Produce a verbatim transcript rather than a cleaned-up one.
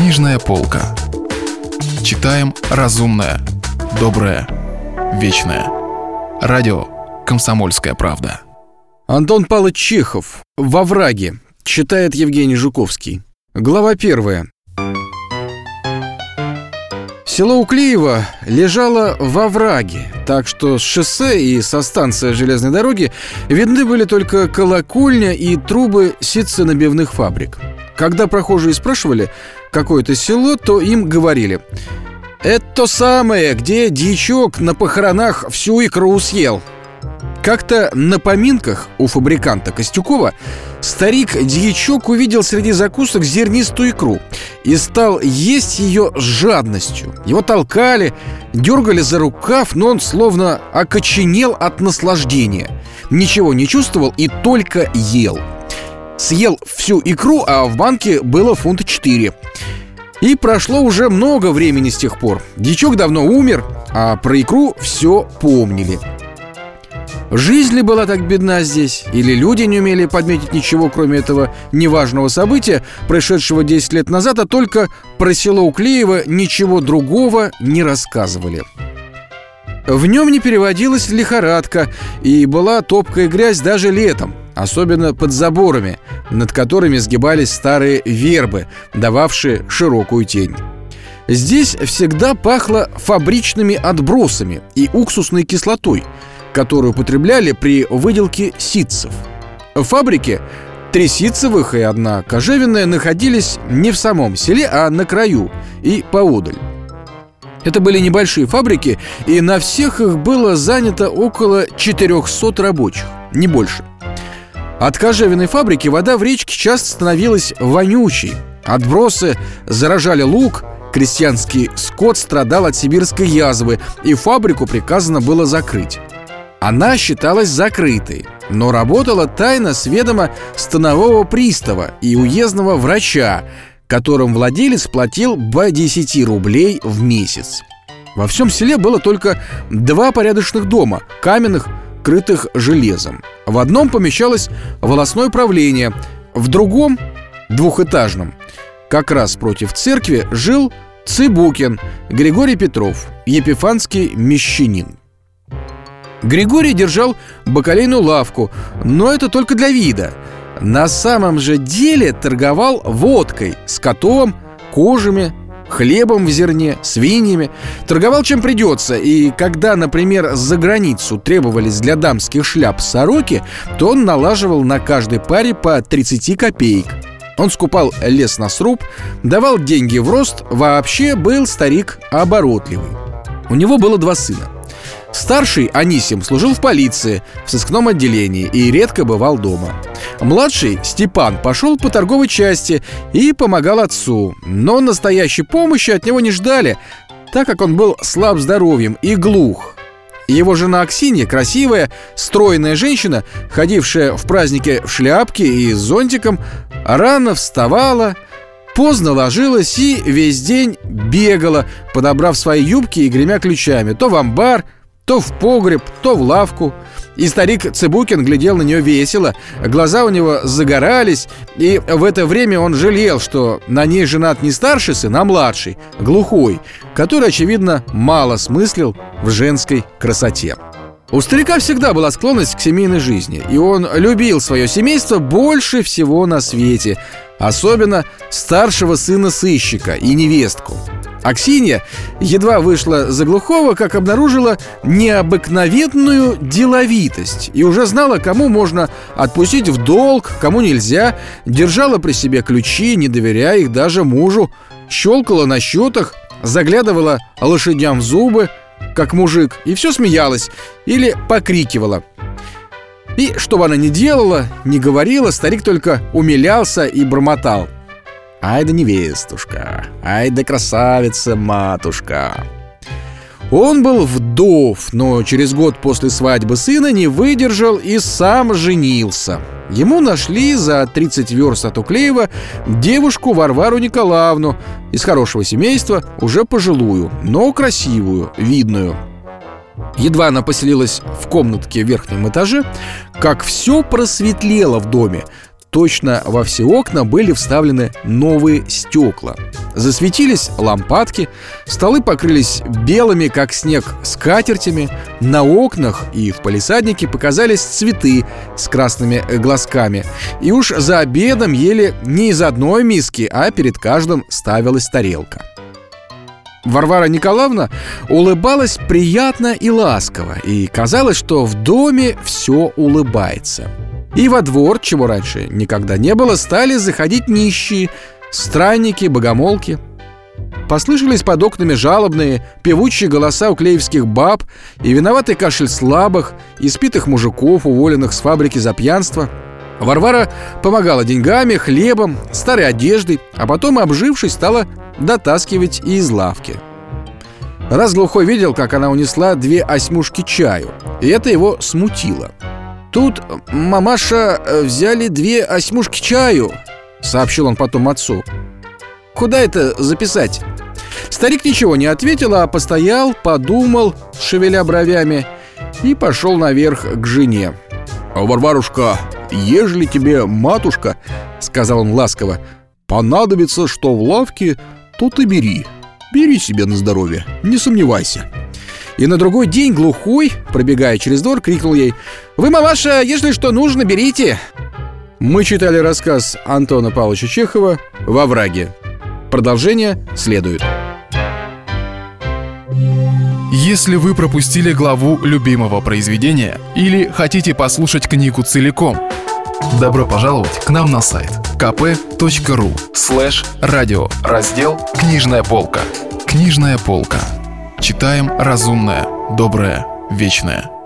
Книжная полка. Читаем разумное, доброе, вечное. Радио «Комсомольская правда». Антон Павлович Чехов. «Во враге». Читает Евгений Жуковский. Глава первая. Село Уклеево лежало во враге, так что с шоссе и со станции железной дороги видны были только колокольня и трубы ситценабивных фабрик. Когда прохожие спрашивали какое-то село, то им говорили: «Это то самое, где дьячок на похоронах всю икру съел». Как-то на поминках у фабриканта Костюкова старик-дьячок увидел среди закусок зернистую икру и стал есть ее с жадностью. Его толкали, дергали за рукав, но он словно окоченел от наслаждения. Ничего не чувствовал и только ел. Съел всю икру, а в банке было фунта четыре. И прошло уже много времени с тех пор. Дьячок давно умер, а про икру все помнили. Жизнь ли была так бедна здесь? Или люди не умели подметить ничего, кроме этого неважного события, происшедшего десять лет назад, а только про село Уклеево ничего другого не рассказывали? В нем не переводилась лихорадка, и была топкая грязь даже летом, особенно под заборами, над которыми сгибались старые вербы, дававшие широкую тень. Здесь всегда пахло фабричными отбросами и уксусной кислотой, которую употребляли при выделке ситцев. Фабрики, три ситцевых и одна кожевенная, находились не в самом селе, а на краю и поодаль. Это были небольшие фабрики, и на всех их было занято около четырехсот рабочих, не больше. От кожевенной фабрики вода в речке часто становилась вонючей. Отбросы заражали луг, крестьянский скот страдал от сибирской язвы, и фабрику приказано было закрыть. Она считалась закрытой, но работала тайно с ведома станового пристава и уездного врача, которым владелец платил по десять рублей в месяц. Во всем селе было только два порядочных дома, каменных, крытых железом. В одном помещалось волосное правление, в другом, двухэтажном, как раз против церкви, жил Цыбукин Григорий Петров, епифанский мещанин. Григорий держал бакалейную лавку, но это только для вида. На самом же деле торговал водкой, скотом, кожами, хлебом в зерне, свиньями. Торговал чем придется, и когда, например, за границу требовались для дамских шляп сороки, то он налаживал на каждой паре по тридцать копеек. Он скупал лес на сруб, давал деньги в рост, вообще был старик оборотливый. У него было два сына. Старший, Анисим, служил в полиции, в сыскном отделении и редко бывал дома. Младший, Степан, пошел по торговой части и помогал отцу, но настоящей помощи от него не ждали, так как он был слаб здоровьем и глух. Его жена Аксинья, красивая, стройная женщина, ходившая в празднике в шляпке и с зонтиком, рано вставала, поздно ложилась и весь день бегала, подобрав свои юбки и гремя ключами, то в амбар, то в погреб, то в лавку. И старик Цыбукин глядел на нее весело, глаза у него загорались, и в это время он жалел, что на ней женат не старший сын, а младший, глухой, который, очевидно, мало смыслил в женской красоте. У старика всегда была склонность к семейной жизни, и он любил свое семейство больше всего на свете, особенно старшего сына сыщика и невестку. Аксинья едва вышла за глухого, как обнаружила необыкновенную деловитость и уже знала, кому можно отпустить в долг, кому нельзя, держала при себе ключи, не доверяя их даже мужу, щелкала на счетах, заглядывала лошадям в зубы, как мужик, и все смеялась или покрикивала. И что бы она ни делала, ни говорила, старик только умилялся и бормотал: «Ай да невестушка, ай да красавица-матушка». Он был вдов, но через год после свадьбы сына не выдержал и сам женился. Ему нашли за тридцать верст от Уклеева девушку Варвару Николаевну из хорошего семейства, уже пожилую, но красивую, видную. Едва она поселилась в комнатке в верхнем этаже, как все просветлело в доме. Точно во все окна были вставлены новые стекла. Засветились лампадки, столы покрылись белыми, как снег, скатертями, на окнах и в палисаднике показались цветы с красными глазками. И уж за обедом ели не из одной миски, а перед каждым ставилась тарелка. Варвара Николаевна улыбалась приятно и ласково, и казалось, что в доме все улыбается. И во двор, чего раньше никогда не было, стали заходить нищие, странники, богомолки. Послышались под окнами жалобные, певучие голоса уклеевских баб и виноватый кашель слабых, испитых мужиков, уволенных с фабрики за пьянство. Варвара помогала деньгами, хлебом, старой одеждой, а потом, обжившись, стала дотаскивать и из лавки. Раз Глухой видел, как она унесла две осьмушки чаю, и это его смутило. «Тут, мамаша, взяли две осьмушки чаю», — сообщил он потом отцу. «Куда это записать?» Старик ничего не ответил, а постоял, подумал, шевеля бровями, и пошел наверх к жене. «Варварушка, ежели тебе, матушка, — сказал он ласково, — понадобится что в лавке, то ты бери. Бери себе на здоровье, не сомневайся». И на другой день Глухой, пробегая через двор, крикнул ей: «Вы, мамаша, если что нужно, берите!» Мы читали рассказ Антона Павловича Чехова «Во враге». Продолжение следует. Если вы пропустили главу любимого произведения или хотите послушать книгу целиком, добро пожаловать к нам на сайт kp.ru слэш радио, раздел «Книжная полка». Книжная полка. Читаем разумное, доброе, вечное.